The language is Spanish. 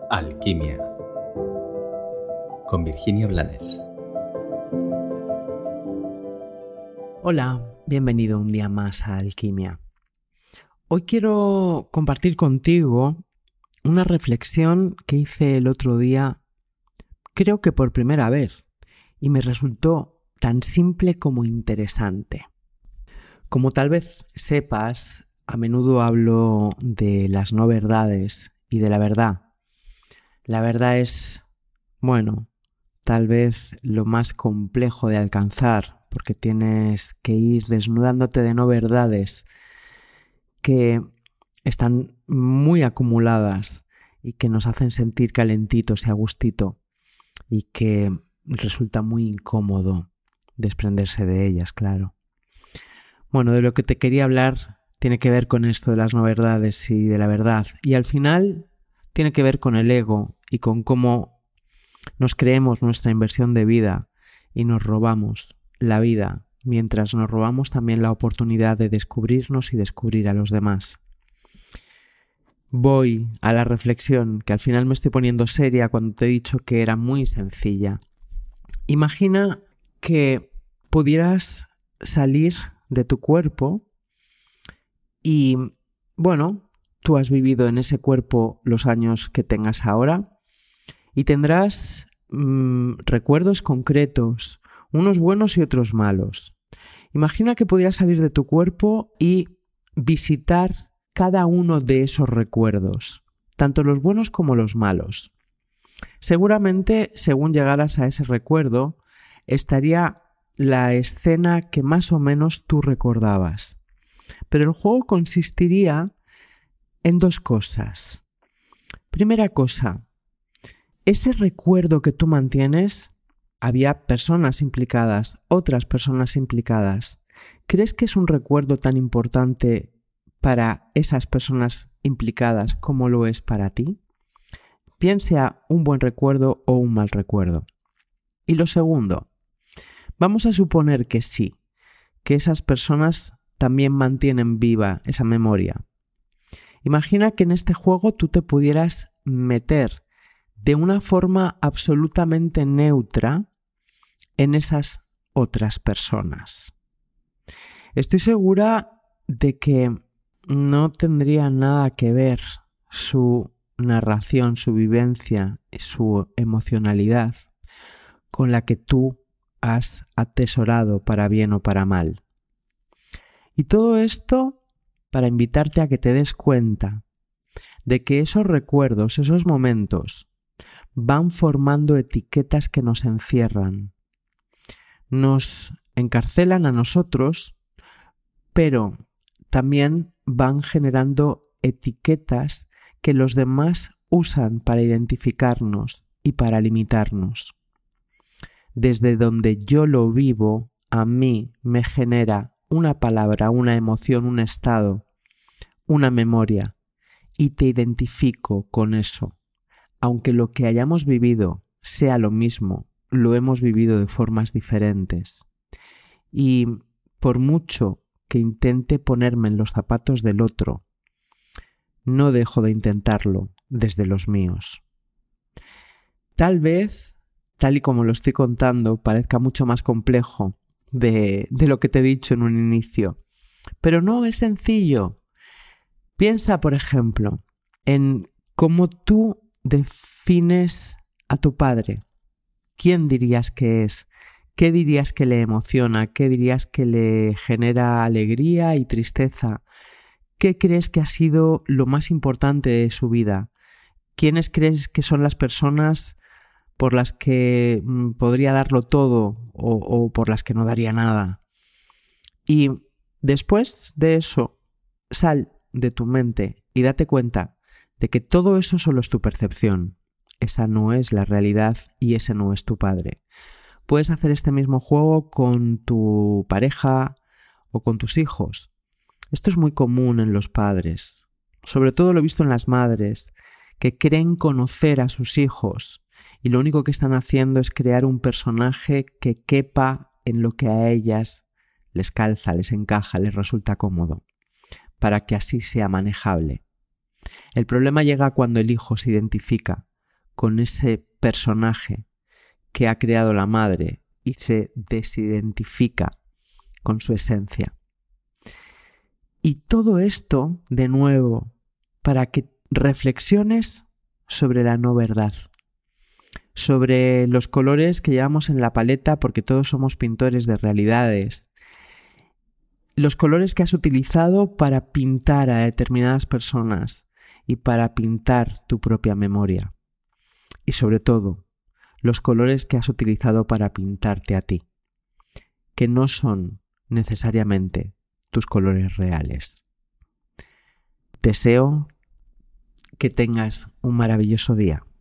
Alquimia con Virginia Blanes. Hola, bienvenido un día más a Alquimia. Hoy quiero compartir contigo una reflexión que hice el otro día, creo que por primera vez, y me resultó tan simple como interesante. Como tal vez sepas, a menudo hablo de las no verdades y de la verdad. La verdad es, tal vez lo más complejo de alcanzar, porque tienes que ir desnudándote de no verdades que están muy acumuladas y que nos hacen sentir calentitos y a gustito y que resulta muy incómodo desprenderse de ellas, claro. De lo que te quería hablar tiene que ver con esto de las no verdades y de la verdad, y al final tiene que ver con el ego y con cómo nos creemos nuestra inversión de vida y nos robamos la vida, mientras nos robamos también la oportunidad de descubrirnos y descubrir a los demás. Voy a la reflexión, que al final me estoy poniendo seria cuando te he dicho que era muy sencilla. Imagina que pudieras salir de tu cuerpo y, tú has vivido en ese cuerpo los años que tengas ahora y tendrás recuerdos concretos, unos buenos y otros malos. Imagina que pudieras salir de tu cuerpo y visitar cada uno de esos recuerdos, tanto los buenos como los malos. Seguramente, según llegaras a ese recuerdo, estaría la escena que más o menos tú recordabas. Pero el juego consistiría en dos cosas. Primera cosa, ese recuerdo que tú mantienes, había personas implicadas, otras personas implicadas. ¿Crees que es un recuerdo tan importante para esas personas implicadas como lo es para ti? Bien sea un buen recuerdo o un mal recuerdo. Y lo segundo, vamos a suponer que sí, que esas personas también mantienen viva esa memoria. Imagina que en este juego tú te pudieras meter de una forma absolutamente neutra en esas otras personas. Estoy segura de que no tendría nada que ver su narración, su vivencia, su emocionalidad con la que tú has atesorado para bien o para mal. Y todo esto para invitarte a que te des cuenta de que esos recuerdos, esos momentos, van formando etiquetas que nos encierran. Nos encarcelan a nosotros, pero también van generando etiquetas que los demás usan para identificarnos y para limitarnos. Desde donde yo lo vivo, a mí me genera una palabra, una emoción, un estado, una memoria, y te identifico con eso. Aunque lo que hayamos vivido sea lo mismo, lo hemos vivido de formas diferentes. Y por mucho que intente ponerme en los zapatos del otro, no dejo de intentarlo desde los míos. Tal vez, tal y como lo estoy contando, parezca mucho más complejo de lo que te he dicho en un inicio. Pero no es sencillo. Piensa, por ejemplo, en cómo tú defines a tu padre. ¿Quién dirías que es? ¿Qué dirías que le emociona? ¿Qué dirías que le genera alegría y tristeza? ¿Qué crees que ha sido lo más importante de su vida? ¿Quiénes crees que son las personas por las que podría darlo todo o por las que no daría nada? Y después de eso, sal de tu mente y date cuenta de que todo eso solo es tu percepción. Esa no es la realidad y ese no es tu padre. Puedes hacer este mismo juego con tu pareja o con tus hijos. Esto es muy común en los padres. Sobre todo lo he visto en las madres, que creen conocer a sus hijos y lo único que están haciendo es crear un personaje que quepa en lo que a ellas les calza, les encaja, les resulta cómodo, para que así sea manejable. El problema llega cuando el hijo se identifica con ese personaje que ha creado la madre y se desidentifica con su esencia. Y todo esto, de nuevo, para que reflexiones sobre la no verdad, sobre los colores que llevamos en la paleta, porque todos somos pintores de realidades, los colores que has utilizado para pintar a determinadas personas y para pintar tu propia memoria. Y sobre todo, los colores que has utilizado para pintarte a ti, que no son necesariamente tus colores reales. Deseo que tengas un maravilloso día.